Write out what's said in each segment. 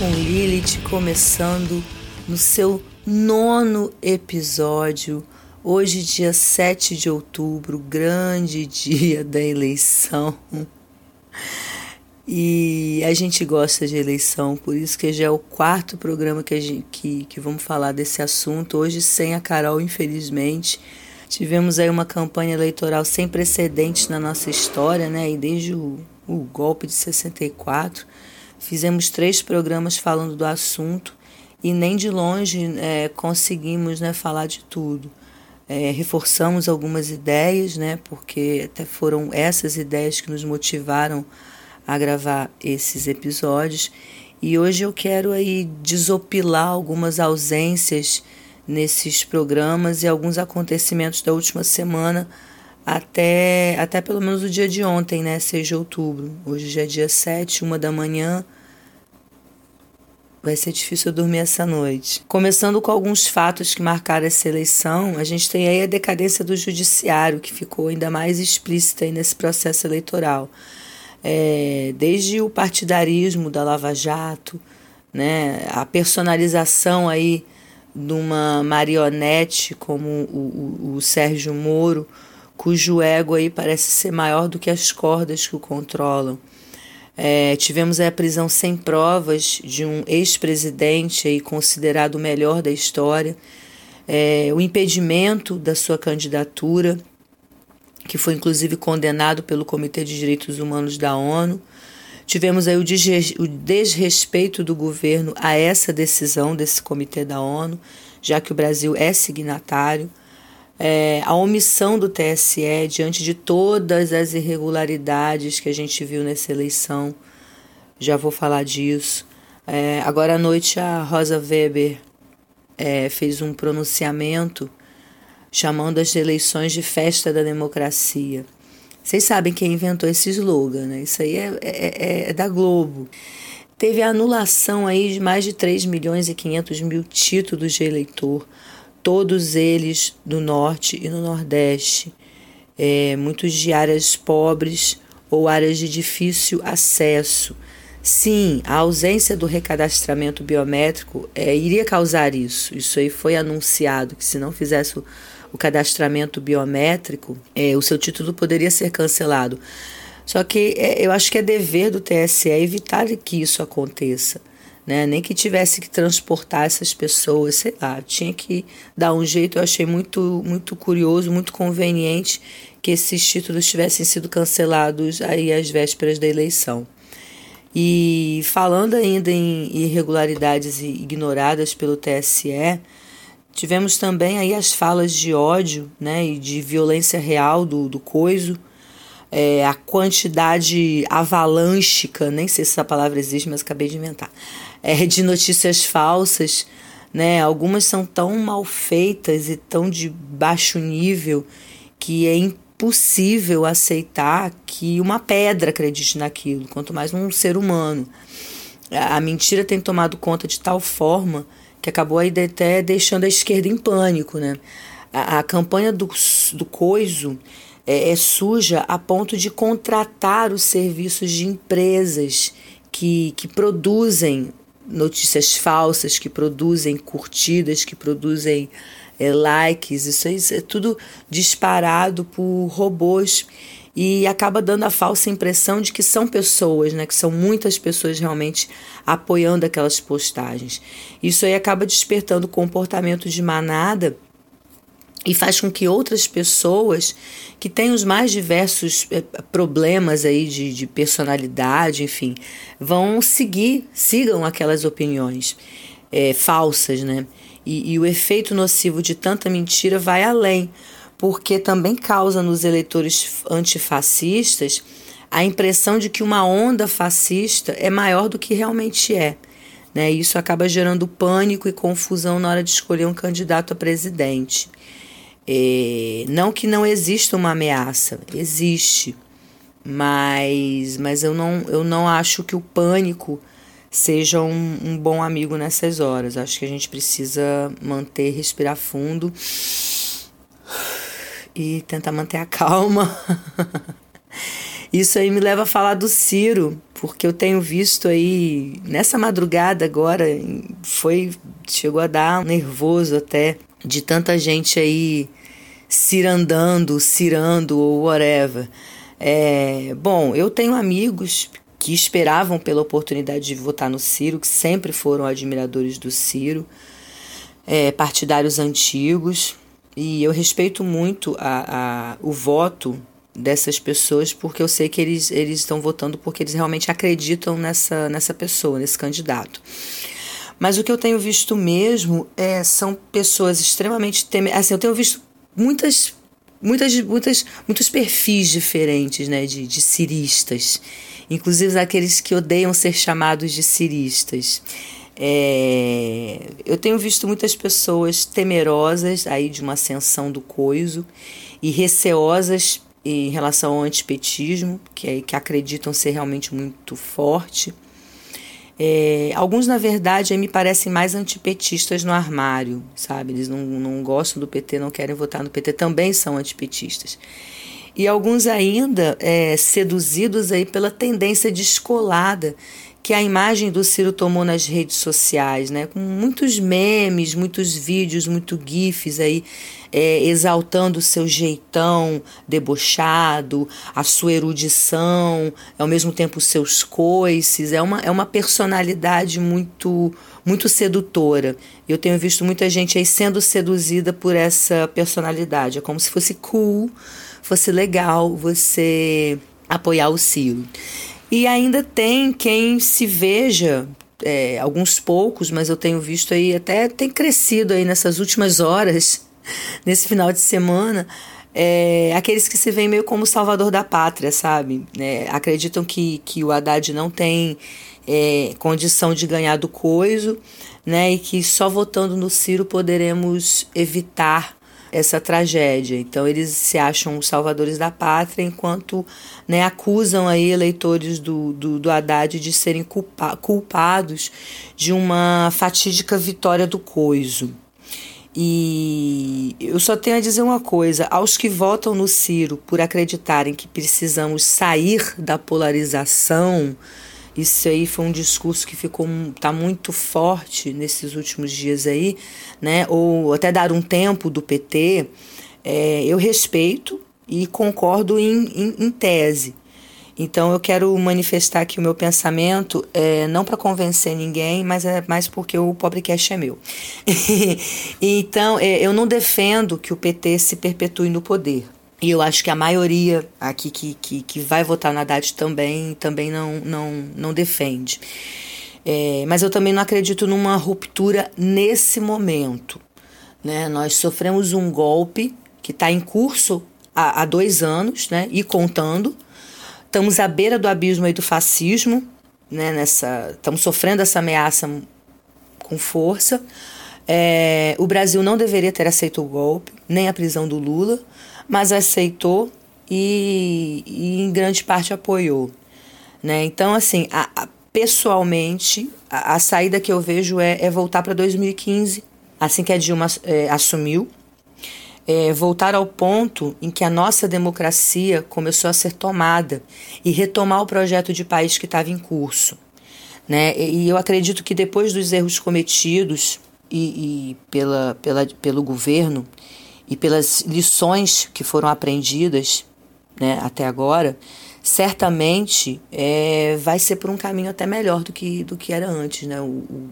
com Lilith, começando no seu 9º episódio. Hoje, dia 7 de outubro, grande dia da eleição. E a gente gosta de eleição, por isso que já é o 4º programa que vamos falar desse assunto. Hoje sem a Carol, infelizmente. Tivemos aí uma campanha eleitoral sem precedentes na nossa história, né? E desde o golpe de 64, fizemos 3 programas falando do assunto e nem de longe conseguimos, né, falar de tudo. Reforçamos algumas ideias, né? Porque até foram essas ideias que nos motivaram a gravar esses episódios. E hoje eu quero aí desopilar algumas ausências nesses programas e alguns acontecimentos da última semana até pelo menos o dia de ontem, né, 6 de outubro. Hoje já é dia 7, 1 da manhã. Vai ser difícil eu dormir essa noite. Começando com alguns fatos que marcaram essa eleição, a gente tem aí a decadência do judiciário, que ficou ainda mais explícita aí nesse processo eleitoral. Desde o partidarismo da Lava Jato, né, a personalização aí de uma marionete como o Sérgio Moro, cujo ego aí parece ser maior do que as cordas que o controlam. Tivemos a prisão sem provas de um ex-presidente aí considerado o melhor da história, o impedimento da sua candidatura, que foi inclusive condenado pelo Comitê de Direitos Humanos da ONU. Tivemos aí o desrespeito do governo a essa decisão desse comitê da ONU, já que o Brasil é signatário. A omissão do TSE diante de todas as irregularidades que a gente viu nessa eleição. Já vou falar disso. Agora à noite a Rosa Weber fez um pronunciamento chamando as eleições de festa da democracia. Vocês sabem quem inventou esse slogan, né? Isso aí é da Globo. Teve a anulação aí de mais de 3.500.000 títulos de eleitor, todos eles do Norte e no Nordeste, muitos de áreas pobres ou áreas de difícil acesso. Sim, a ausência do recadastramento biométrico iria causar isso. Isso aí foi anunciado, que se não fizesse o cadastramento biométrico, o seu título poderia ser cancelado. Só que eu acho que é dever do TSE evitar que isso aconteça, né? Nem que tivesse que transportar essas pessoas, sei lá, tinha que dar um jeito. Eu achei muito, muito curioso, muito conveniente que esses títulos tivessem sido cancelados aí às vésperas da eleição. E falando ainda em irregularidades ignoradas pelo TSE, tivemos também aí as falas de ódio, né, e de violência real do coiso, a quantidade avalânchica, nem sei se essa palavra existe, mas acabei de inventar, de notícias falsas, né? Algumas são tão mal feitas e tão de baixo nível que é impossível aceitar que uma pedra acredite naquilo, quanto mais um ser humano. A mentira tem tomado conta de tal forma que acabou aí até deixando a esquerda em pânico, né? A campanha do coiso é suja a ponto de contratar os serviços de empresas que produzem notícias falsas, que produzem curtidas, que produzem likes. Isso é tudo disparado por robôs e acaba dando a falsa impressão de que são pessoas, né, que são muitas pessoas realmente apoiando aquelas postagens. Isso aí acaba despertando comportamento de manada e faz com que outras pessoas que têm os mais diversos problemas aí de personalidade, enfim, sigam aquelas opiniões falsas, né? E o efeito nocivo de tanta mentira vai além, porque também causa nos eleitores antifascistas a impressão de que uma onda fascista é maior do que realmente é, né? Isso acaba gerando pânico e confusão na hora de escolher um candidato a presidente. Não que não exista uma ameaça, existe, mas eu não acho que o pânico seja um bom amigo nessas horas. Acho que a gente precisa respirar fundo e tentar manter a calma Isso aí me leva a falar do Ciro, porque eu tenho visto aí, nessa madrugada agora, chegou a dar nervoso até, de tanta gente aí cirando ou whatever. Bom, eu tenho amigos que esperavam pela oportunidade de votar no Ciro, que sempre foram admiradores do Ciro, partidários antigos, e eu respeito muito o voto dessas pessoas, porque eu sei que eles estão votando porque eles realmente acreditam nessa pessoa, nesse candidato. Mas o que eu tenho visto mesmo são pessoas extremamente assim, eu tenho visto muitos perfis diferentes, né, de ciristas, inclusive aqueles que odeiam ser chamados de ciristas. Eu tenho visto muitas pessoas temerosas aí de uma ascensão do coiso e receosas em relação ao antipetismo, que acreditam ser realmente muito forte. Alguns, na verdade, me parecem mais antipetistas no armário, sabe? Eles não gostam do PT, não querem votar no PT, também são antipetistas. E alguns ainda seduzidos aí pela tendência descolada que a imagem do Ciro tomou nas redes sociais, né? Com muitos memes, muitos vídeos, muito gifs aí, exaltando o seu jeitão debochado, a sua erudição, ao mesmo tempo os seus coices. É uma personalidade muito, muito sedutora. Eu tenho visto muita gente aí sendo seduzida por essa personalidade. É como se fosse cool, fosse legal você apoiar o Ciro. E ainda tem quem se veja, alguns poucos, mas eu tenho visto aí, até tem crescido aí nessas últimas horas, nesse final de semana, aqueles que se veem meio como salvador da pátria, sabe? Acreditam que o Haddad não tem condição de ganhar do coiso, né? E que só votando no Ciro poderemos evitar essa tragédia. Então eles se acham os salvadores da pátria, enquanto, né, acusam aí eleitores do Haddad de serem culpados de uma fatídica vitória do coiso. E eu só tenho a dizer uma coisa: aos que votam no Ciro por acreditarem que precisamos sair da polarização, isso aí foi um discurso que tá muito forte nesses últimos dias aí, né? Ou até dar um tempo do PT. Eu respeito e concordo em tese. Então eu quero manifestar aqui o meu pensamento, não para convencer ninguém, mas é mais porque o podcast é meu. Então eu não defendo que o PT se perpetue no poder. E eu acho que a maioria aqui que vai votar no Haddad também não defende. Mas eu também não acredito numa ruptura nesse momento, né? Nós sofremos um golpe que está em curso há 2 anos, né? E contando. Estamos à beira do abismo aí do fascismo, né? Estamos sofrendo essa ameaça com força. O Brasil não deveria ter aceito o golpe, nem a prisão do Lula, mas aceitou e em grande parte apoiou, né? Então, assim, pessoalmente, a saída que eu vejo é voltar para 2015, assim que a Dilma assumiu, voltar ao ponto em que a nossa democracia começou a ser tomada e retomar o projeto de país que estava em curso, né? E eu acredito que depois dos erros cometidos e pelo governo e pelas lições que foram aprendidas, né, até agora, certamente vai ser por um caminho até melhor do que era antes, né?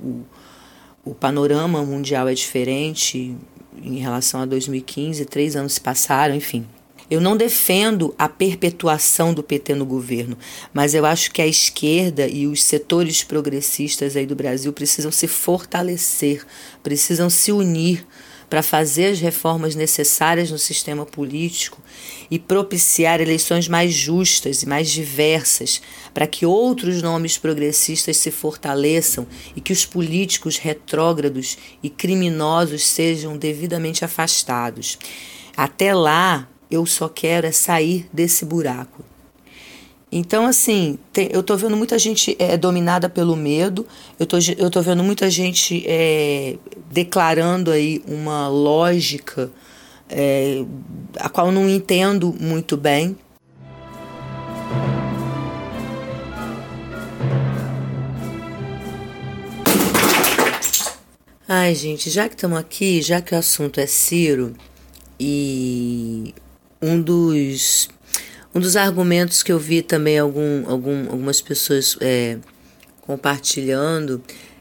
O panorama mundial é diferente em relação a 2015, 3 anos se passaram, enfim. Eu não defendo a perpetuação do PT no governo, mas eu acho que a esquerda e os setores progressistas aí do Brasil precisam se fortalecer, precisam se unir para fazer as reformas necessárias no sistema político e propiciar eleições mais justas e mais diversas, para que outros nomes progressistas se fortaleçam e que os políticos retrógrados e criminosos sejam devidamente afastados. Até lá, eu só quero sair desse buraco. Então, assim, eu tô vendo muita gente dominada pelo medo, eu tô vendo muita gente declarando aí uma lógica a qual eu não entendo muito bem. Ai, gente, já que estamos aqui, já que o assunto é Ciro, e um dos, um dos argumentos que eu vi também algumas pessoas compartilhando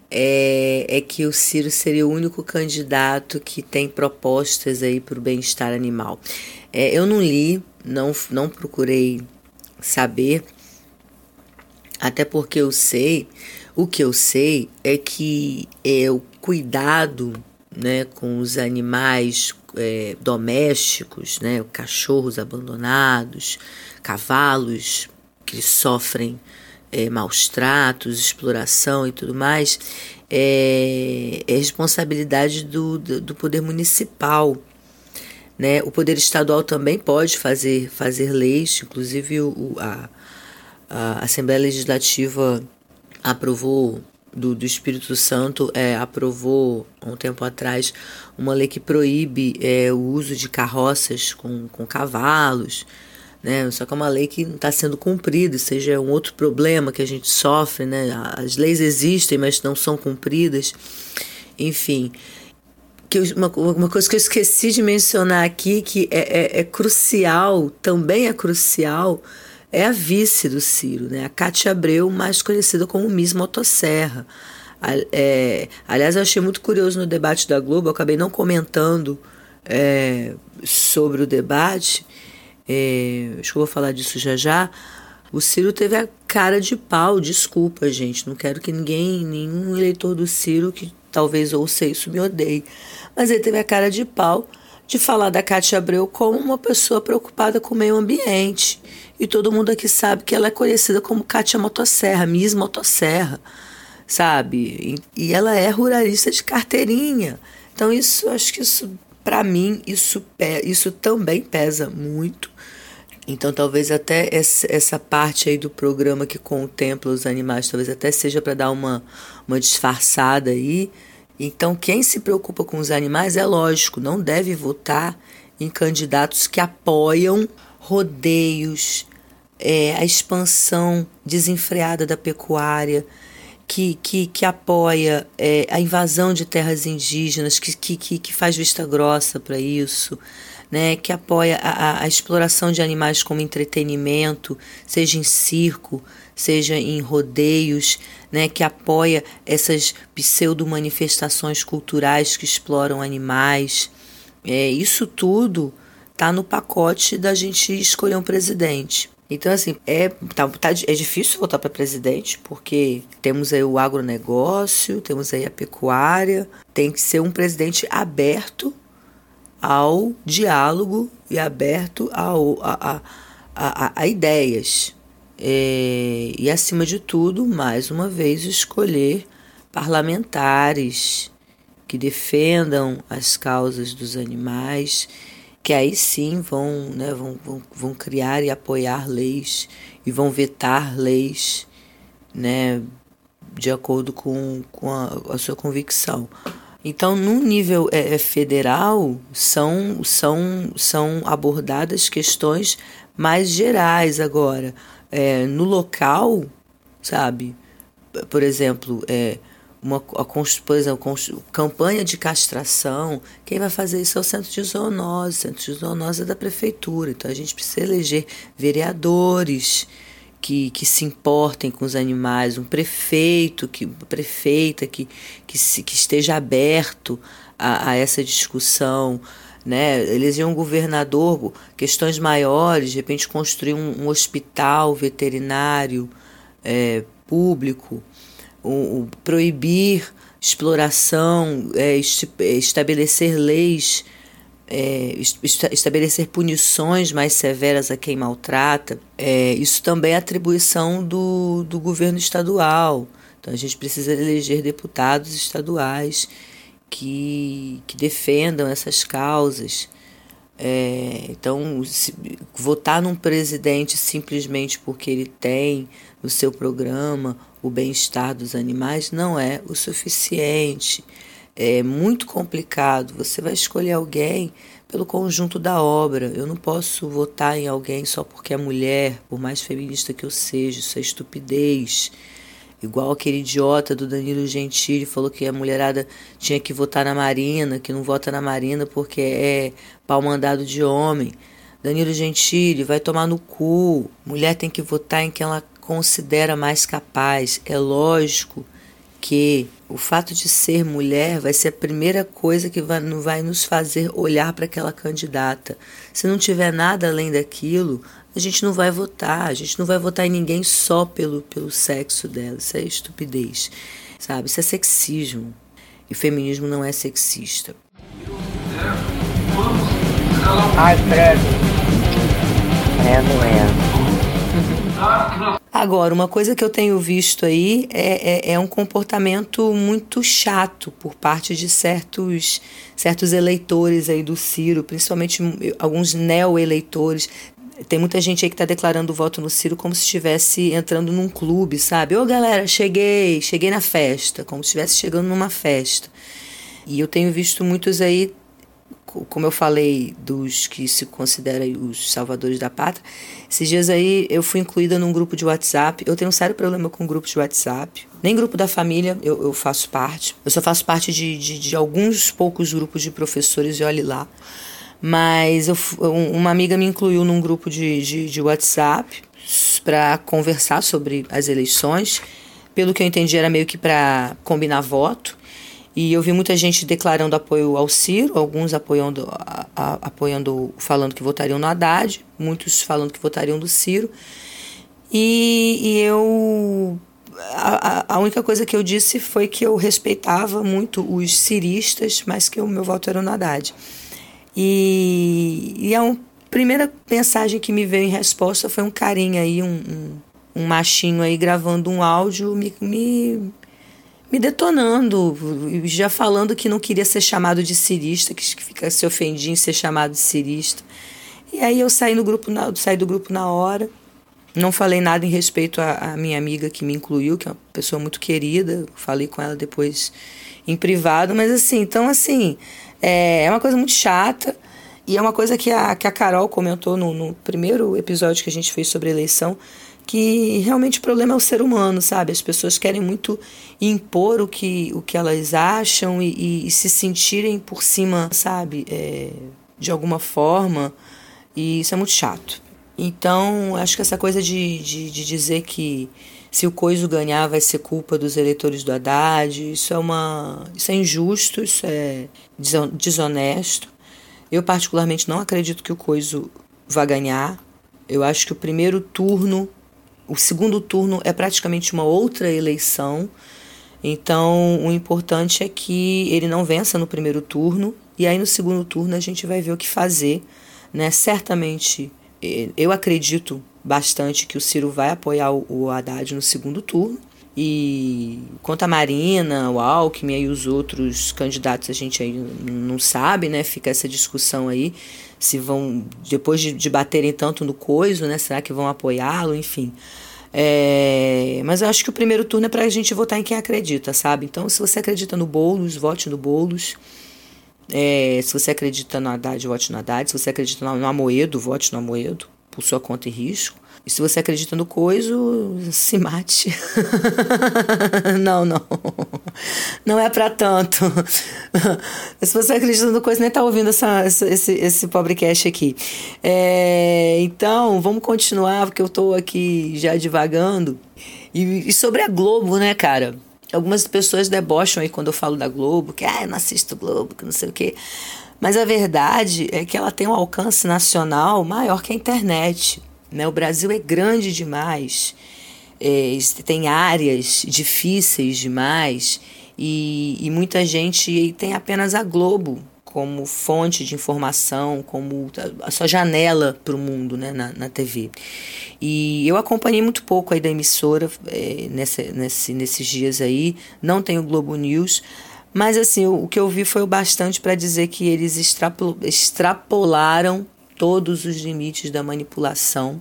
é que o Ciro seria o único candidato que tem propostas aí para o bem-estar animal. Eu não li, não procurei saber, até porque o que eu sei é que o cuidado, né, com os animais domésticos, né, cachorros abandonados, cavalos que sofrem maus tratos, exploração e tudo mais, é responsabilidade do poder municipal. Né? O poder estadual também pode fazer leis, inclusive a Assembleia Legislativa aprovou, do Espírito Santo, aprovou há um tempo atrás uma lei que proíbe o uso de carroças com cavalos, né? Só que é uma lei que não está sendo cumprida, seja um outro problema que a gente sofre, né? As leis existem, mas não são cumpridas, enfim. Uma coisa que eu esqueci de mencionar aqui, que é crucial, também é crucial, é a vice do Ciro, né? A Cátia Abreu, mais conhecida como Miss Motosserra. Aliás, eu achei muito curioso no debate da Globo, eu acabei não comentando sobre o debate, acho que eu vou falar disso já já. O Ciro teve a cara de pau, desculpa, gente, não quero que nenhum eleitor do Ciro que talvez ouça isso me odeie, mas ele teve a cara de pau de falar da Cátia Abreu como uma pessoa preocupada com o meio ambiente. E todo mundo aqui sabe que ela é conhecida como Cátia Motosserra, Miss Motosserra, sabe? E ela é ruralista de carteirinha. Então acho que isso, para mim, isso também pesa muito. Então talvez até essa parte aí do programa que contempla os animais, talvez até seja para dar uma disfarçada aí. Então quem se preocupa com os animais, é lógico, não deve votar em candidatos que apoiam rodeios, a expansão desenfreada da pecuária, que apoia a invasão de terras indígenas, que faz vista grossa para isso, né, que apoia a exploração de animais como entretenimento, seja em circo, seja em rodeios, né, que apoia essas pseudo-manifestações culturais que exploram animais. Isso tudo está no pacote da gente escolher um presidente. Então, assim, é difícil votar para presidente, porque temos aí o agronegócio, temos aí a pecuária, tem que ser um presidente aberto ao diálogo e aberto a ideias. E, acima de tudo, mais uma vez, escolher parlamentares que defendam as causas dos animais, que aí sim vão criar e apoiar leis e vão vetar leis, né, de acordo com a sua convicção. Então, no nível federal, são abordadas questões mais gerais agora. No local, sabe, por exemplo, por exemplo, campanha de castração, quem vai fazer isso é o centro de zoonose. O centro de zoonose é da prefeitura, então a gente precisa eleger vereadores que se importem com os animais, um prefeita que esteja aberto a essa discussão, né? Eleger um governador, questões maiores, de repente construir um hospital veterinário público, proibir exploração, estabelecer leis, estabelecer punições mais severas a quem maltrata. Isso também é atribuição do governo estadual. Então a gente precisa eleger deputados estaduais que defendam essas causas. Então, votar num presidente simplesmente porque ele tem no seu programa o bem-estar dos animais não é o suficiente. É muito complicado. Você vai escolher alguém pelo conjunto da obra. Eu não posso votar em alguém só porque é mulher, por mais feminista que eu seja. Isso é estupidez. igual aquele idiota do Danilo Gentili, falou que a mulherada tinha que votar na Marina, que não vota na Marina porque é pau mandado de homem. Danilo Gentili, vai tomar no cu. Mulher tem que votar em quem ela considera mais capaz. É lógico que o fato de ser mulher vai ser a primeira coisa que vai nos fazer olhar para aquela candidata. Se não tiver nada além daquilo, a gente não vai votar. A gente não vai votar em ninguém só pelo sexo dela. Isso é estupidez, sabe? Isso é sexismo. E feminismo não é sexista. Ai, credo. Agora, uma coisa que eu tenho visto aí é um comportamento muito chato por parte de certos eleitores aí do Ciro, principalmente alguns neo-eleitores. Tem muita gente aí que está declarando o voto no Ciro como se estivesse entrando num clube, sabe? Ô galera, cheguei na festa, como se estivesse chegando numa festa. E eu tenho visto muitos aí, como eu falei, dos que se consideram os salvadores da pátria. Esses dias aí eu fui incluída num grupo de WhatsApp. Eu tenho um sério problema com grupos de WhatsApp. Nem grupo da família eu faço parte. Eu só faço parte de alguns poucos grupos de professores e olhe lá. Mas uma amiga me incluiu num grupo de WhatsApp para conversar sobre as eleições. Pelo que eu entendi, era meio que para combinar voto. E eu vi muita gente declarando apoio ao Ciro, alguns apoiando, falando que votariam no Haddad, muitos falando que votariam do Ciro. E eu... A única coisa que eu disse foi que eu respeitava muito os ciristas, mas que o meu voto era no Haddad. E a primeira mensagem que me veio em resposta foi um carinha aí, um machinho aí gravando um áudio me detonando, já falando que não queria ser chamado de cirista, que se ofendia em ser chamado de cirista. E aí eu saí do grupo na hora, não falei nada em respeito à minha amiga que me incluiu, que é uma pessoa muito querida, falei com ela depois em privado, mas assim, então assim, é uma coisa muito chata, e é uma coisa que a Carol comentou no primeiro episódio que a gente fez sobre eleição, que realmente o problema é o ser humano, sabe? As pessoas querem muito impor o que elas acham e se sentirem por cima, sabe? De alguma forma, e isso é muito chato. Então, acho que essa coisa de dizer que se o Coiso ganhar vai ser culpa dos eleitores do Haddad, isso é injusto, isso é desonesto. Eu particularmente não acredito que o Coiso vá ganhar. Eu acho que o segundo turno é praticamente uma outra eleição, então o importante é que ele não vença no primeiro turno, e aí no segundo turno a gente vai ver o que fazer, né? Certamente, eu acredito bastante que o Ciro vai apoiar o Haddad no segundo turno, e quanto a Marina, o Alckmin e os outros candidatos a gente aí não sabe, né? Fica essa discussão aí, se vão, depois de baterem tanto no Coiso, né? Será que vão apoiá-lo? Enfim. Mas eu acho que o primeiro turno é pra gente votar em quem acredita, sabe? Então, se você acredita no Boulos, vote no Boulos. Se você acredita no Haddad, vote no Haddad. Se você acredita no Amoedo, vote no Amoedo, por sua conta e risco. E se você acredita no Coiso, se mate. Não. Não é pra tanto. Se você acredita no Coiso, nem tá ouvindo esse pobrecast aqui. Então, vamos continuar, porque eu tô aqui já divagando. E sobre a Globo, né, cara? Algumas pessoas debocham aí quando eu falo da Globo, que eu não assisto Globo, que não sei o quê. Mas a verdade é que ela tem um alcance nacional maior que a internet. O Brasil é grande demais, tem áreas difíceis demais e muita gente tem apenas a Globo como fonte de informação, como a sua janela para o mundo, né, na TV. E eu acompanhei muito pouco aí da emissora nesses dias aí, não tenho Globo News, mas assim, o que eu vi foi o bastante para dizer que eles extrapolaram todos os limites da manipulação.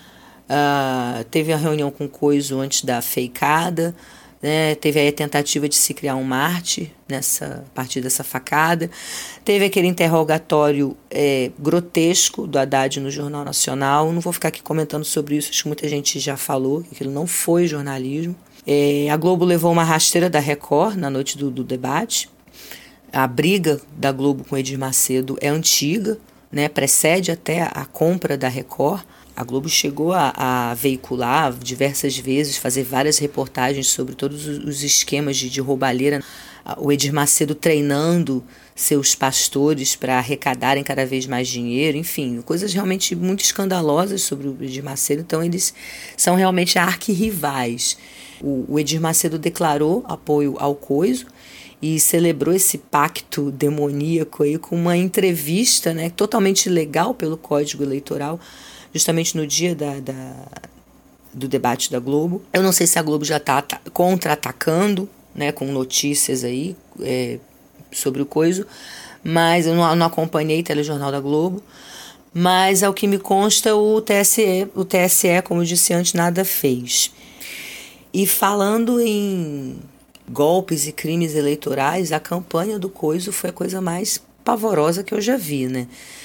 Teve a reunião com o Coiso antes da feicada, né? Teve aí a tentativa de se criar um mártir a partir dessa facada. Teve aquele interrogatório grotesco do Haddad no Jornal Nacional. Não vou ficar aqui comentando sobre isso, acho que muita gente já falou que aquilo não foi jornalismo. A Globo levou uma rasteira da Record na noite do debate. A briga da Globo com Edir Macedo é antiga, né? Precede até a compra da Record. A Globo chegou a veicular diversas vezes, fazer várias reportagens sobre todos os esquemas de roubalheira. O Edir Macedo treinando seus pastores para arrecadarem cada vez mais dinheiro, enfim, coisas realmente muito escandalosas sobre o Edir Macedo. Então eles são realmente arquirrivais. O Edir Macedo declarou apoio ao Coiso e celebrou esse pacto demoníaco aí com uma entrevista, né, totalmente ilegal pelo Código Eleitoral, justamente no dia do debate da Globo. Eu não sei se a Globo já está contra-atacando, né, com notícias aí sobre o Coiso, mas eu não acompanhei o telejornal da Globo. Mas, ao que me consta, o TSE, como eu disse antes, nada fez. E falando em golpes e crimes eleitorais, a campanha do Coiso foi a coisa mais pavorosa que eu já vi, né?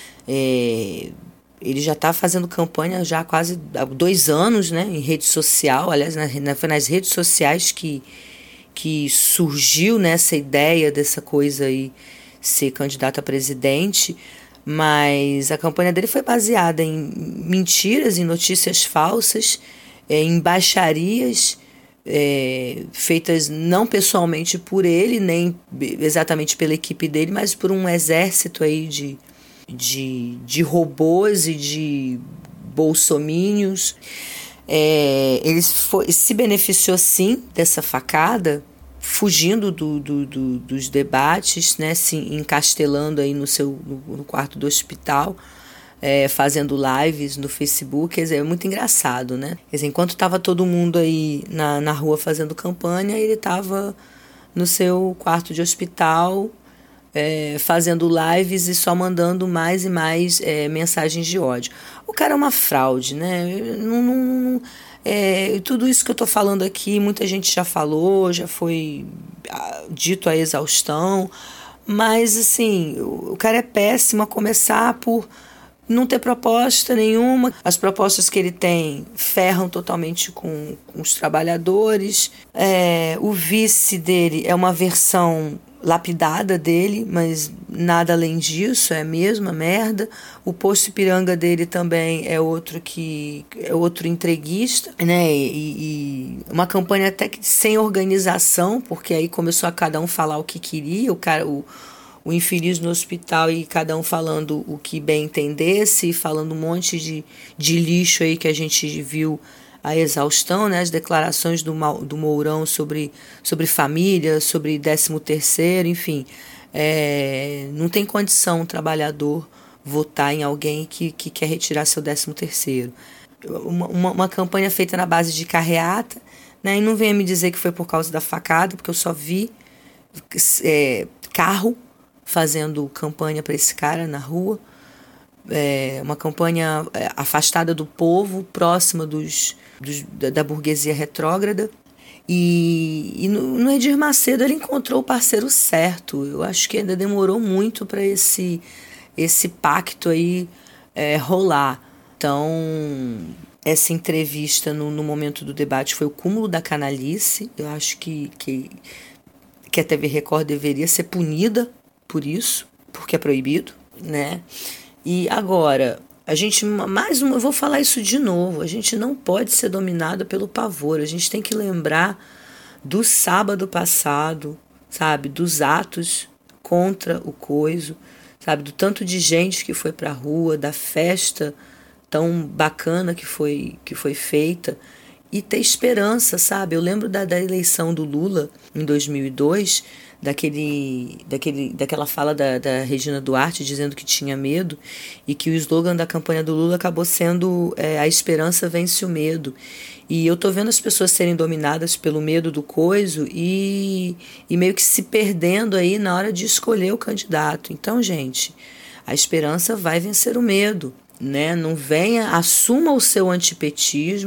Ele já está fazendo campanha já há quase 2 anos, né, em rede social. Aliás, foi nas redes sociais que surgiu nessa ideia dessa coisa aí, ser candidato a presidente. Mas a campanha dele foi baseada em mentiras, em notícias falsas, em baixarias feitas não pessoalmente por ele, nem exatamente pela equipe dele, mas por um exército aí de robôs e de bolsomínios. Ele se beneficiou sim dessa facada, fugindo dos debates, né, se encastelando aí no quarto do hospital, fazendo lives no Facebook. Quer dizer, é muito engraçado, né? Quer dizer, enquanto estava todo mundo aí na rua fazendo campanha, ele estava no seu quarto de hospital, fazendo lives e só mandando mais e mais mensagens de ódio. O cara é uma fraude, né? Tudo isso que eu estou falando aqui, muita gente já falou, já foi dito à exaustão, mas assim, o cara é péssimo, a começar por não ter proposta nenhuma. As propostas que ele tem ferram totalmente com os trabalhadores. O vice dele é uma versão lapidada dele, mas nada além disso, é a mesma merda. O posto Ipiranga dele também é outro entreguista, né? E uma campanha até que sem organização, porque aí começou a cada um falar o que queria, o infeliz no hospital e cada um falando o que bem entendesse, falando um monte de lixo aí que a gente viu a exaustão, né? As declarações do Mourão sobre família, sobre 13º, enfim. Não tem condição um trabalhador votar em alguém que quer retirar seu 13º. Uma campanha feita na base de carreata, né? E não venha me dizer que foi por causa da facada, porque eu só vi carro fazendo campanha para esse cara na rua. Uma campanha afastada do povo, próxima da burguesia retrógrada. E no Edir Macedo ele encontrou o parceiro certo. Eu acho que ainda demorou muito para esse pacto aí rolar. Então, essa entrevista no momento do debate foi o cúmulo da canalice. Eu acho que a TV Record deveria ser punida por isso, porque é proibido, né? E agora, eu vou falar isso de novo, a gente não pode ser dominado pelo pavor. A gente tem que lembrar do sábado passado, sabe? Dos atos contra o Coiso, sabe? Do tanto de gente que foi pra rua, da festa tão bacana que foi feita, e ter esperança, sabe? Eu lembro da eleição do Lula em 2002, daquela fala da Regina Duarte dizendo que tinha medo, e que o slogan da campanha do Lula acabou sendo a esperança vence o medo. E eu tô vendo as pessoas serem dominadas pelo medo do Coiso e meio que se perdendo aí na hora de escolher o candidato. Então, gente, a esperança vai vencer o medo, né? Não venha, assuma o seu antipetismo,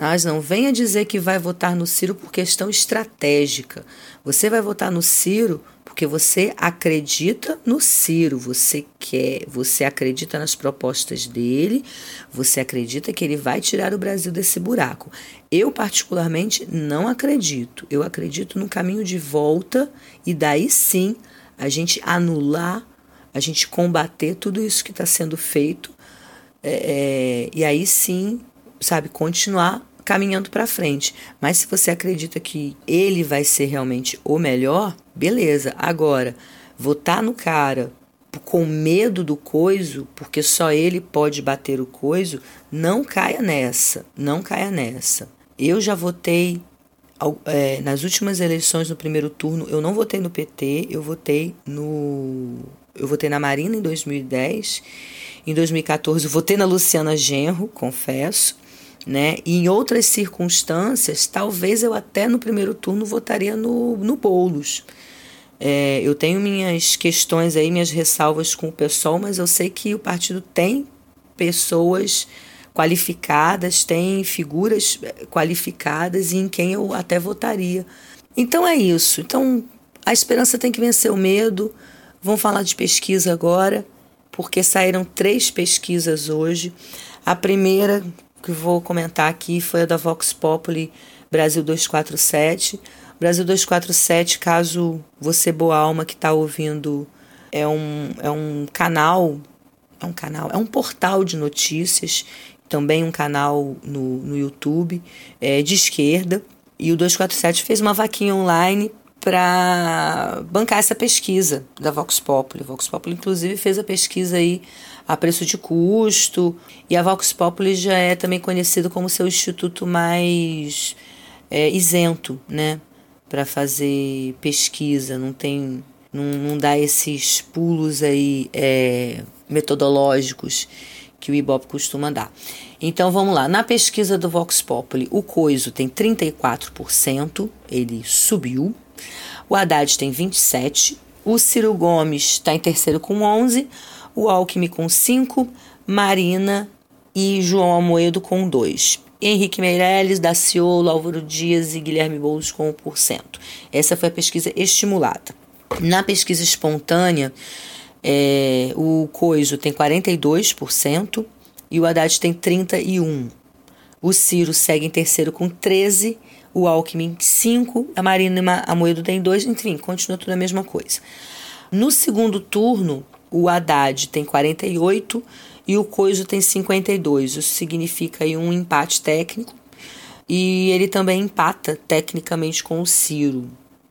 Mas não venha dizer que vai votar no Ciro por questão estratégica. Você vai votar no Ciro porque você acredita no Ciro, você acredita nas propostas dele, você acredita que ele vai tirar o Brasil desse buraco. Eu, particularmente, não acredito. Eu acredito no caminho de volta e daí sim a gente anular, a gente combater tudo isso que está sendo feito e aí sim, sabe, continuar caminhando para frente. Mas se você acredita que ele vai ser realmente o melhor, beleza. Agora, votar no cara com medo do coiso, porque só ele pode bater o coiso, não caia nessa, não caia nessa. Eu já votei nas últimas eleições no primeiro turno, eu não votei no PT, eu votei na Marina em 2010, em 2014 eu votei na Luciana Genro, confesso, né? E em outras circunstâncias, talvez eu até no primeiro turno votaria no Boulos. Eu tenho minhas questões aí, minhas ressalvas com o PSOL, mas eu sei que o partido tem pessoas qualificadas, tem figuras qualificadas e em quem eu até votaria. Então é isso. Então a esperança tem que vencer o medo. Vamos falar de pesquisa agora, porque saíram 3 pesquisas hoje. A primeira que vou comentar aqui foi a da Vox Populi Brasil 247. Brasil 247, caso você, boa alma, que está ouvindo, é um portal de notícias, também um canal no YouTube, de esquerda. E o 247 fez uma vaquinha online para bancar essa pesquisa da Vox Populi. A Vox Populi, inclusive, fez a pesquisa aí a preço de custo, e a Vox Populi já é também conhecido como seu instituto mais isento, né, para fazer pesquisa, não dá esses pulos aí metodológicos que o Ibope costuma dar. Então vamos lá, na pesquisa do Vox Populi, o Coiso tem 34%, ele subiu, o Haddad tem 27%, o Ciro Gomes está em terceiro com 11%, o Alckmin com 5%, Marina e João Amoedo com 2%. Henrique Meirelles, Daciolo, Álvaro Dias e Guilherme Boulos com 1%. Essa foi a pesquisa estimulada. Na pesquisa espontânea, o Coiso tem 42% e o Haddad tem 31%. O Ciro segue em terceiro com 13%, o Alckmin 5%, a Marina e Amoedo tem 2%, enfim, continua tudo a mesma coisa. No segundo turno, o Haddad tem 48% e o Coiso tem 52%. Isso significa aí um empate técnico. E ele também empata tecnicamente com o Ciro.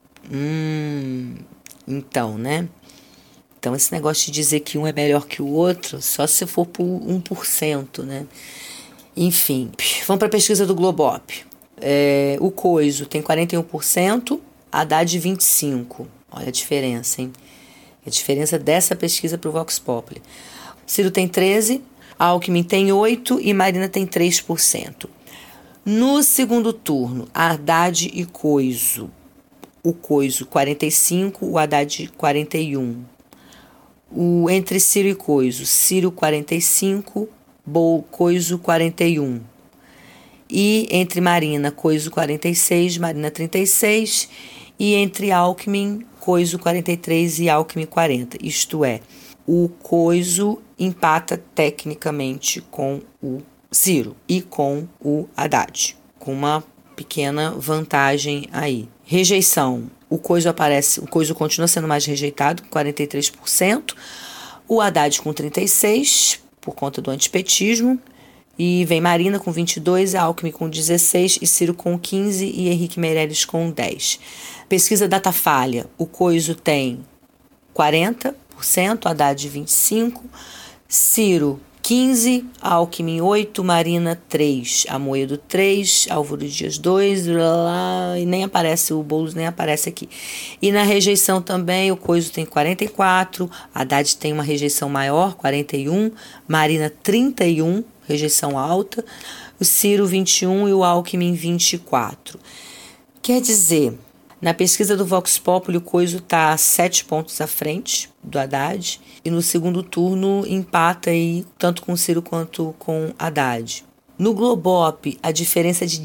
Então, né? Então, esse negócio de dizer que um é melhor que o outro, só se for por 1%, né? Enfim, vamos para a pesquisa do Globop. O Coiso tem 41%, Haddad 25%. Olha a diferença, hein? A diferença dessa pesquisa para o Vox Populi. Ciro tem 13%, Alckmin tem 8% e Marina tem 3%. No segundo turno, Haddad e Coiso. O Coiso 45%, o Haddad 41%. Entre Ciro e Coiso, Ciro 45%, Coiso 41%. E entre Marina, Coiso 46%, Marina 36%. E entre Alckmin, Coiso 43% e Alckmin 40%. Isto é, o Coiso empata tecnicamente com o Ciro e com o Haddad, com uma pequena vantagem aí. Rejeição. O Coiso continua sendo mais rejeitado, com 43%. O Haddad com 36%, por conta do antipetismo. E vem Marina com 22%, Alckmin com 16% e Ciro com 15% e Henrique Meirelles com 10%. Pesquisa Datafolha. O Coiso tem 40%, Haddad 25%, Ciro 15%, Alckmin 8%, Marina 3%, Amoedo 3%, Álvaro Dias 2%, e nem aparece, o Boulos nem aparece aqui. E na rejeição também, o Coiso tem 44%, Haddad tem uma rejeição maior, 41%, Marina 31%, rejeição alta, o Ciro 21% e o Alckmin 24%. Quer dizer, na pesquisa do Vox Populi, o Coiso está 7 pontos à frente do Haddad e no segundo turno empata aí, tanto com o Ciro quanto com Haddad. No Globop, a diferença é de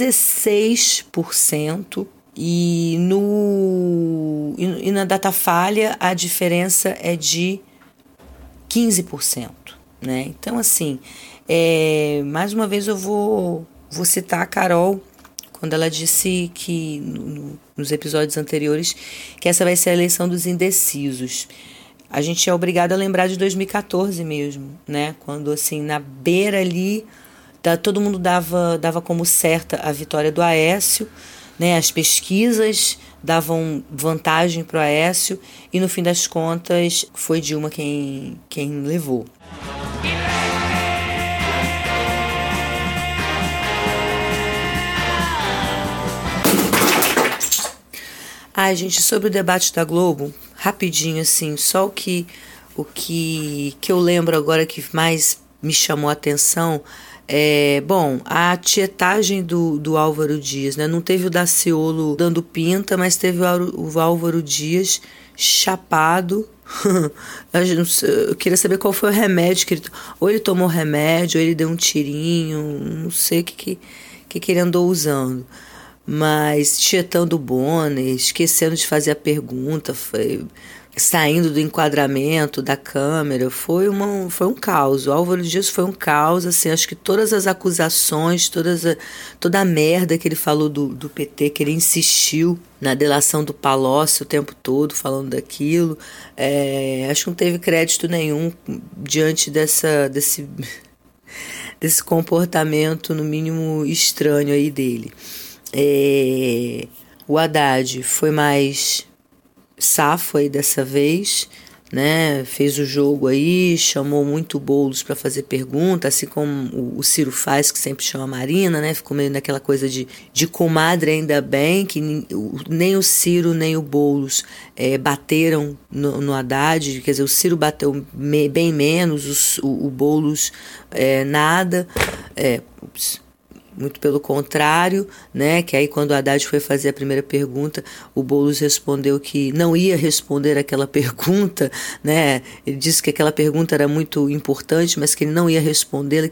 16%. E na Datafolha, a diferença é de 15%. Né? Então, assim, mais uma vez eu vou citar a Carol, quando ela disse que, nos episódios anteriores, que essa vai ser a eleição dos indecisos. A gente é obrigado a lembrar de 2014 mesmo, né? Quando, assim, na beira ali, todo mundo dava como certa a vitória do Aécio, né? As pesquisas davam vantagem para o Aécio e, no fim das contas, foi Dilma quem levou. Ai, gente, sobre o debate da Globo, rapidinho, assim, só o que eu lembro agora que mais me chamou a atenção bom, a tietagem do Álvaro Dias, né? Não teve o Daciolo dando pinta, mas teve o Álvaro Dias chapado. Eu queria saber qual foi o remédio que ou ele tomou remédio, ou ele deu um tirinho, não sei o que ele andou usando. Mas tietando o Bonner, esquecendo de fazer a pergunta, saindo do enquadramento da câmera, foi um caos. O Álvaro Dias foi um caos, assim, acho que todas as acusações, toda a merda que ele falou do PT, que ele insistiu na delação do Palocci o tempo todo, falando daquilo, acho que não teve crédito nenhum diante desse comportamento, no mínimo, estranho aí dele. O Haddad foi mais safo aí dessa vez, né? Fez o jogo aí, chamou muito o Boulos para fazer pergunta, assim como o Ciro faz, que sempre chama a Marina, né? Ficou meio naquela coisa de comadre, ainda bem que nem o Ciro nem o Boulos bateram no Haddad, quer dizer, o Ciro bateu bem menos, o Boulos nada, muito pelo contrário, né? Que aí quando o Haddad foi fazer a primeira pergunta, o Boulos respondeu que não ia responder aquela pergunta, né? Ele disse que aquela pergunta era muito importante, mas que ele não ia respondê-la,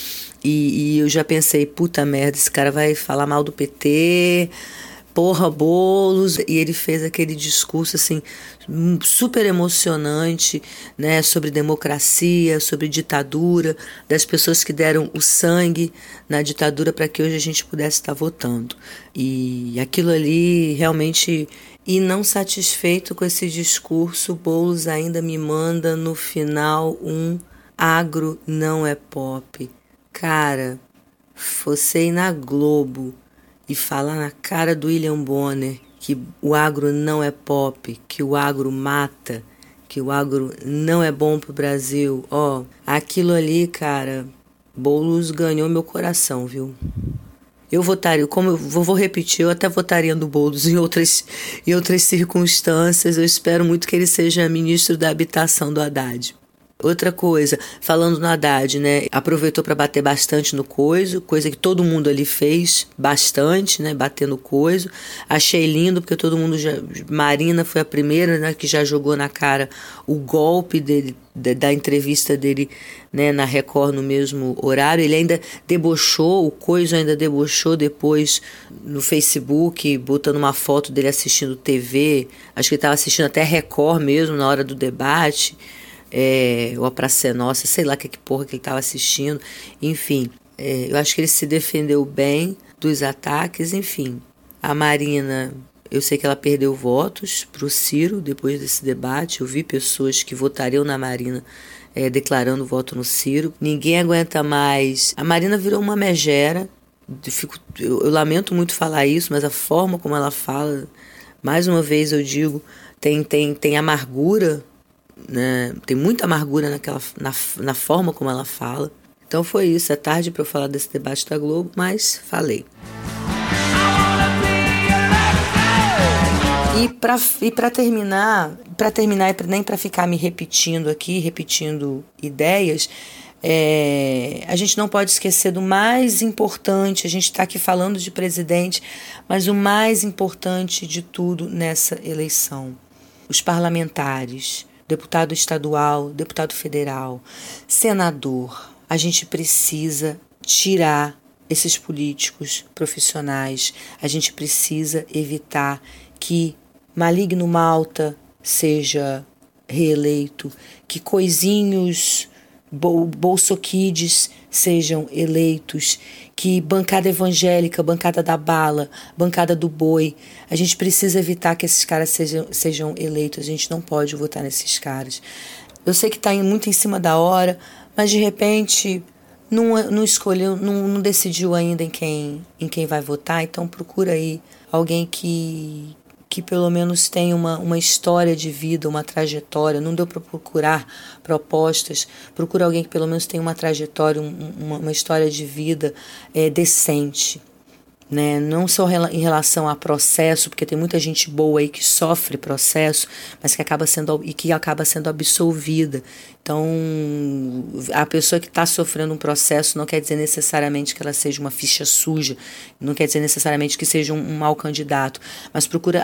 e eu já pensei, puta merda, esse cara vai falar mal do PT, porra, Boulos. E ele fez aquele discurso assim super emocionante, né, sobre democracia, sobre ditadura, das pessoas que deram o sangue na ditadura para que hoje a gente pudesse estar votando. E aquilo ali realmente, e não satisfeito com esse discurso, Boulos ainda me manda no final agro não é pop. Cara, você ir na Globo e falar na cara do William Bonner que o agro não é pop, que o agro mata, que o agro não é bom pro Brasil, aquilo ali, cara, Boulos ganhou meu coração, viu? Eu votaria, como eu vou repetir, eu até votaria no Boulos em outras circunstâncias. Eu espero muito que ele seja ministro da habitação do Haddad. Outra coisa, falando no Haddad, né? Aproveitou para bater bastante no coisa que todo mundo ali fez bastante, né? Bater no coiso. Achei lindo, porque todo mundo Marina foi a primeira, né? Que já jogou na cara o golpe dele, da entrevista dele, né? Na Record no mesmo horário. Ele ainda debochou, o coiso ainda debochou depois no Facebook, botando uma foto dele assistindo TV. Acho que ele estava assistindo até Record mesmo na hora do debate. Ou a Praça é Nossa, sei lá que porra que ele estava assistindo, enfim, eu acho que ele se defendeu bem dos ataques, enfim. A Marina, eu sei que ela perdeu votos para o Ciro depois desse debate, eu vi pessoas que votariam na Marina declarando voto no Ciro. Ninguém aguenta mais, a Marina virou uma megera, eu lamento muito falar isso, mas a forma como ela fala, mais uma vez eu digo, tem amargura, né? Tem muita amargura na forma como ela fala. Então foi isso, é tarde para eu falar desse debate da Globo, mas falei. E para terminar, e nem para ficar me repetindo ideias, a gente não pode esquecer do mais importante. A gente está aqui falando de presidente, mas o mais importante de tudo nessa eleição: os parlamentares, deputado estadual, deputado federal, senador. A gente precisa tirar esses políticos profissionais. A gente precisa evitar que Maligno Malta seja reeleito, que coisinhos bolsoquides sejam eleitos, que bancada evangélica, bancada da bala, bancada do boi, a gente precisa evitar que esses caras sejam eleitos. A gente não pode votar nesses caras. Eu sei que está muito em cima da hora, mas de repente não escolheu, não decidiu ainda em quem vai votar, então procura aí alguém que pelo menos tem uma história de vida, uma trajetória. Não deu para procurar propostas, procura alguém que pelo menos tem uma trajetória, uma história de vida decente. Né? Não só em relação a processo, porque tem muita gente boa aí que sofre processo, mas que acaba sendo absolvida. Então, a pessoa que está sofrendo um processo não quer dizer necessariamente que ela seja uma ficha suja, não quer dizer necessariamente que seja um mau candidato, mas procura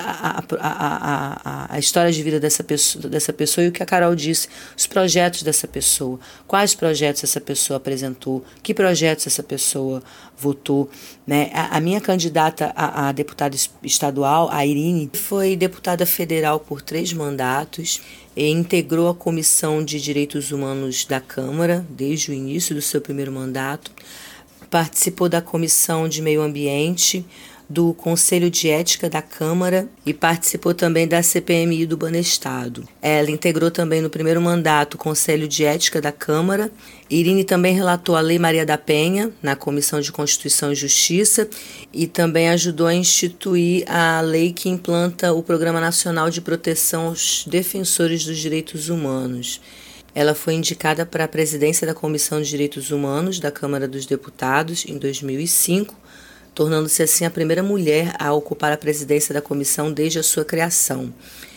a história de vida dessa pessoa e o que a Carol disse, os projetos dessa pessoa, quais projetos essa pessoa apresentou, que projetos essa pessoa votou. Né? A minha candidata a deputada estadual, a Irine, foi deputada federal por 3 mandatos e integrou a Comissão de Direitos Humanos da Câmara desde o início do seu primeiro mandato, participou da Comissão de Meio Ambiente, do Conselho de Ética da Câmara e participou também da CPMI do Banestado. Ela integrou também no primeiro mandato o Conselho de Ética da Câmara. Irine também relatou a Lei Maria da Penha na Comissão de Constituição e Justiça e também ajudou a instituir a lei que implanta o Programa Nacional de Proteção aos Defensores dos Direitos Humanos. Ela foi indicada para a presidência da Comissão de Direitos Humanos da Câmara dos Deputados em 2005, tornando-se assim a primeira mulher a ocupar a presidência da comissão desde a sua criação.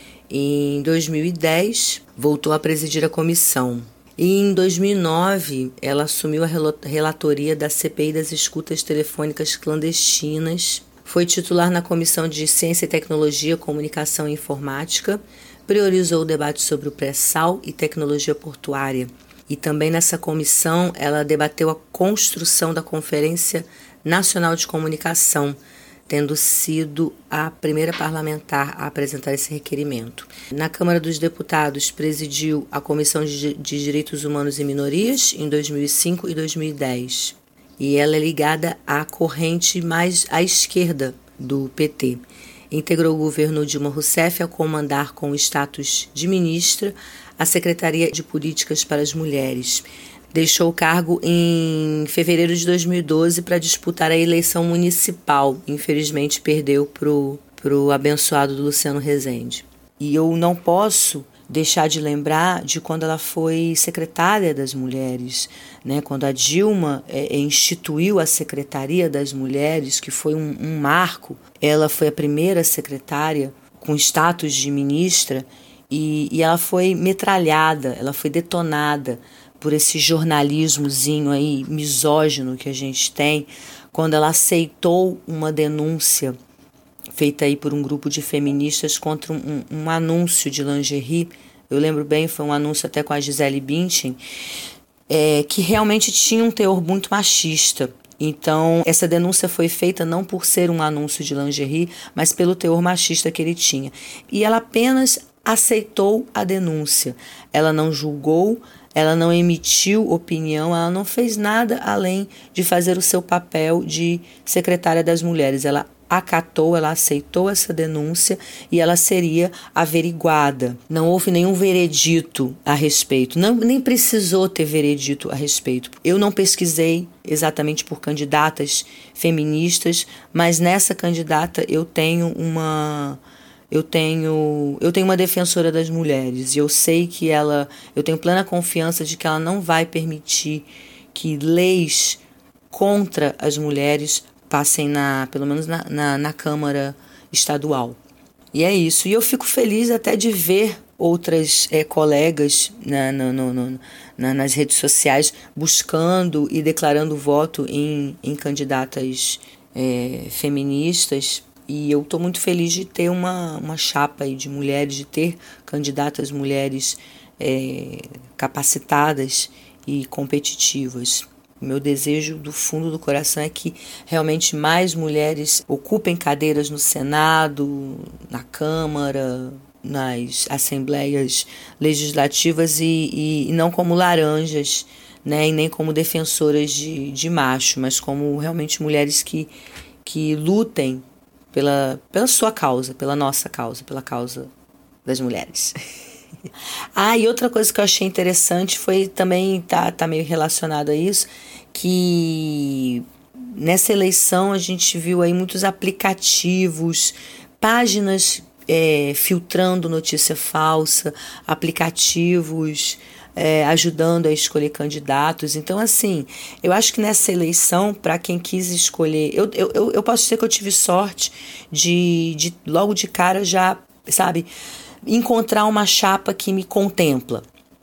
Em 2010, voltou a presidir a comissão. E em 2009, ela assumiu a relatoria da CPI das escutas telefônicas clandestinas, foi titular na Comissão de Ciência e Tecnologia, Comunicação e Informática, priorizou o debate sobre o pré-sal e tecnologia portuária. E também nessa comissão, ela debateu a construção da Conferência Nacional de Comunicação, tendo sido a primeira parlamentar a apresentar esse requerimento. Na Câmara dos Deputados, presidiu a Comissão de Direitos Humanos e Minorias em 2005 e 2010. E ela é ligada à corrente mais à esquerda do PT. Integrou o governo Dilma Rousseff ao comandar com o status de ministra a Secretaria de Políticas para as Mulheres. Deixou o cargo em fevereiro de 2012 para disputar a eleição municipal. Infelizmente perdeu para o abençoado do Luciano Rezende. E eu não posso deixar de lembrar de quando ela foi secretária das mulheres, né? Quando a Dilma instituiu a Secretaria das Mulheres, que foi um marco. Ela foi a primeira secretária com status de ministra e ela foi metralhada, ela foi detonada por esse jornalismozinho aí misógino que a gente tem, quando ela aceitou uma denúncia feita aí por um grupo de feministas contra um anúncio de lingerie. Eu lembro bem, foi um anúncio até com a Gisele Bündchen, que realmente tinha um teor muito machista. Então, essa denúncia foi feita não por ser um anúncio de lingerie, mas pelo teor machista que ele tinha. E ela apenas aceitou a denúncia. Ela não julgou, ela não emitiu opinião, ela não fez nada além de fazer o seu papel de secretária das mulheres. Ela acatou, ela aceitou essa denúncia e ela seria averiguada. Não houve nenhum veredito a respeito, nem precisou ter veredito a respeito. Eu não pesquisei exatamente por candidatas feministas, mas nessa candidata eu tenho uma defensora das mulheres e eu sei que eu tenho plena confiança de que ela não vai permitir que leis contra as mulheres passem pelo menos na Câmara Estadual. E é isso. E eu fico feliz até de ver outras colegas nas redes sociais buscando e declarando voto em candidatas feministas. E eu estou muito feliz de ter uma chapa aí de mulheres, de ter candidatas mulheres capacitadas e competitivas. O meu desejo do fundo do coração é que realmente mais mulheres ocupem cadeiras no Senado, na Câmara, nas assembleias legislativas e não como laranjas, né, e nem como defensoras de macho, mas como realmente mulheres que lutem pela sua causa, pela nossa causa, pela causa das mulheres. E outra coisa que eu achei interessante foi também, tá meio relacionado a isso, que nessa eleição a gente viu aí muitos aplicativos, páginas filtrando notícia falsa, aplicativos ajudando a escolher candidatos. Então, assim, eu acho que nessa eleição, para quem quis escolher, eu posso dizer que eu tive sorte de logo de cara já, sabe, encontrar uma chapa que me contempla.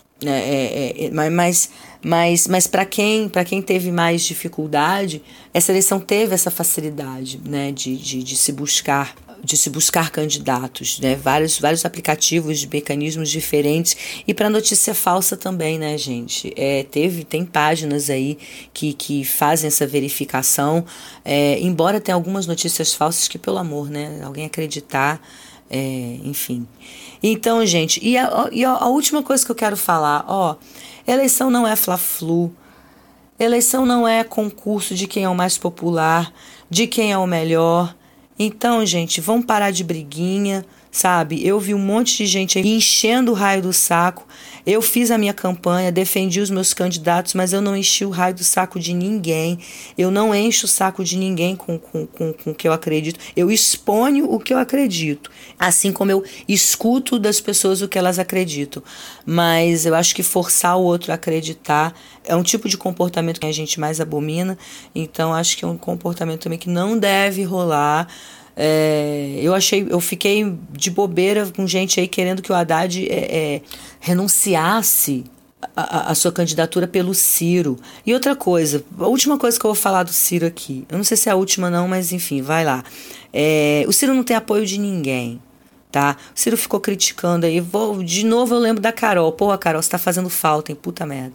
Mas para quem teve mais dificuldade, essa eleição teve essa facilidade, né, de se buscar candidatos, né, vários aplicativos de mecanismos diferentes, e para notícia falsa também, né, gente, tem páginas aí que fazem essa verificação, embora tenha algumas notícias falsas que, pelo amor, né, alguém acreditar, enfim. Então, gente, e a última coisa que eu quero falar, eleição não é fla-flu, eleição não é concurso de quem é o mais popular, de quem é o melhor. Então, gente, vamos parar de briguinha, sabe? Eu vi um monte de gente aí enchendo o raio do saco. Eu fiz a minha campanha, defendi os meus candidatos, mas eu não enchi o raio do saco de ninguém. Eu não encho o saco de ninguém com o que eu acredito. Eu exponho o que eu acredito, assim como eu escuto das pessoas o que elas acreditam. Mas eu acho que forçar o outro a acreditar é um tipo de comportamento que a gente mais abomina. Então, acho que é um comportamento também que não deve rolar. Eu fiquei de bobeira com gente aí querendo que o Haddad renunciasse a sua candidatura pelo Ciro. E outra coisa, a última coisa que eu vou falar do Ciro aqui, eu não sei se é a última não, mas enfim, vai lá. O Ciro não tem apoio de ninguém, tá? O Ciro ficou criticando aí, de novo eu lembro da Carol. Pô, Carol, você tá fazendo falta, hein? Puta merda.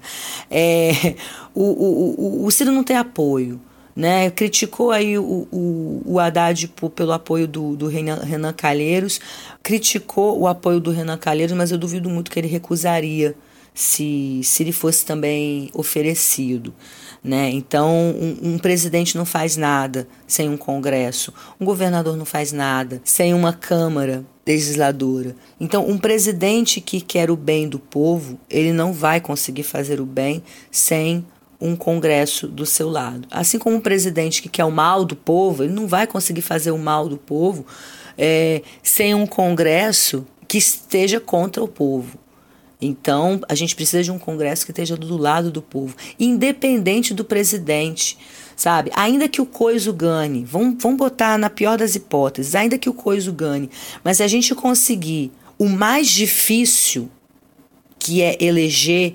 O Ciro não tem apoio, né? Criticou aí o Haddad pelo apoio do Renan Calheiros, criticou o apoio do Renan Calheiros, mas eu duvido muito que ele recusaria se ele fosse também oferecido, né? Então, um presidente não faz nada sem um Congresso, um governador não faz nada sem uma Câmara legisladora. Então, um presidente que quer o bem do povo, ele não vai conseguir fazer o bem sem um Congresso do seu lado. Assim como um presidente que quer o mal do povo, ele não vai conseguir fazer o mal do povo sem um Congresso que esteja contra o povo. Então, a gente precisa de um Congresso que esteja do lado do povo, independente do presidente, sabe? Ainda que o coiso ganhe, vamos botar na pior das hipóteses, ainda que o coiso ganhe, mas se a gente conseguir o mais difícil, que é eleger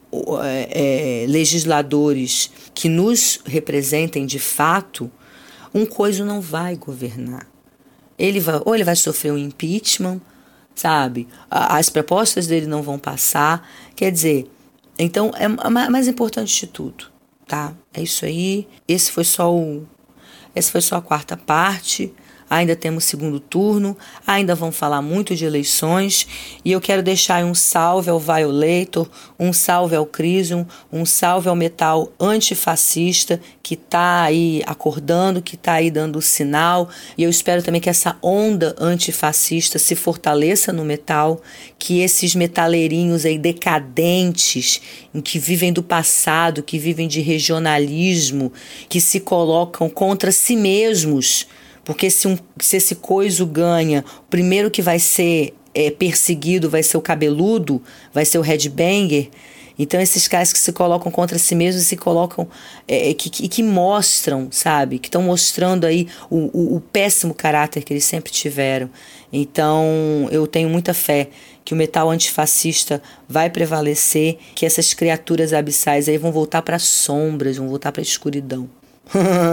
legisladores que nos representem de fato, um coiso não vai governar. Ou ele vai sofrer um impeachment, sabe? As propostas dele não vão passar. Quer dizer, então é mais importante de tudo, tá? É isso aí. Essa foi só a quarta parte. Ainda temos segundo turno, ainda vão falar muito de eleições, e eu quero deixar um salve ao Violator, um salve ao Crisium, um salve ao metal antifascista que está aí acordando, que está aí dando sinal, e eu espero também que essa onda antifascista se fortaleça no metal, que esses metaleirinhos aí decadentes, que vivem do passado, que vivem de regionalismo, que se colocam contra si mesmos, porque se esse coiso ganha, o primeiro que vai ser perseguido vai ser o cabeludo, vai ser o headbanger. Então esses caras que se colocam contra si mesmos, se colocam, que mostram, sabe, que estão mostrando aí o péssimo caráter que eles sempre tiveram. Então eu tenho muita fé que o metal antifascista vai prevalecer, que essas criaturas abissais aí vão voltar para as sombras, vão voltar para a escuridão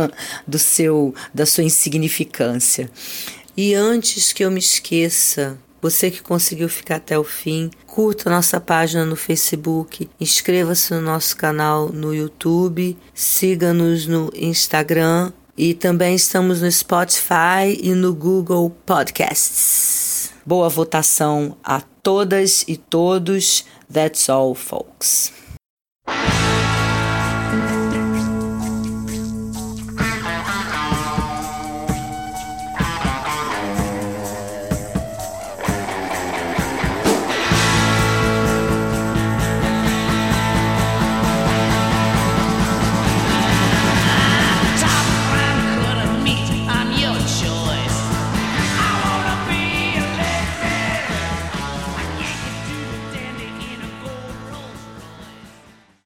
da sua insignificância. E antes que eu me esqueça, Você que conseguiu ficar até o fim, curta nossa página no Facebook, inscreva-se no nosso canal no YouTube, siga-nos no Instagram e também estamos no Spotify e no Google Podcasts. Boa votação a todas e todos. That's all, folks.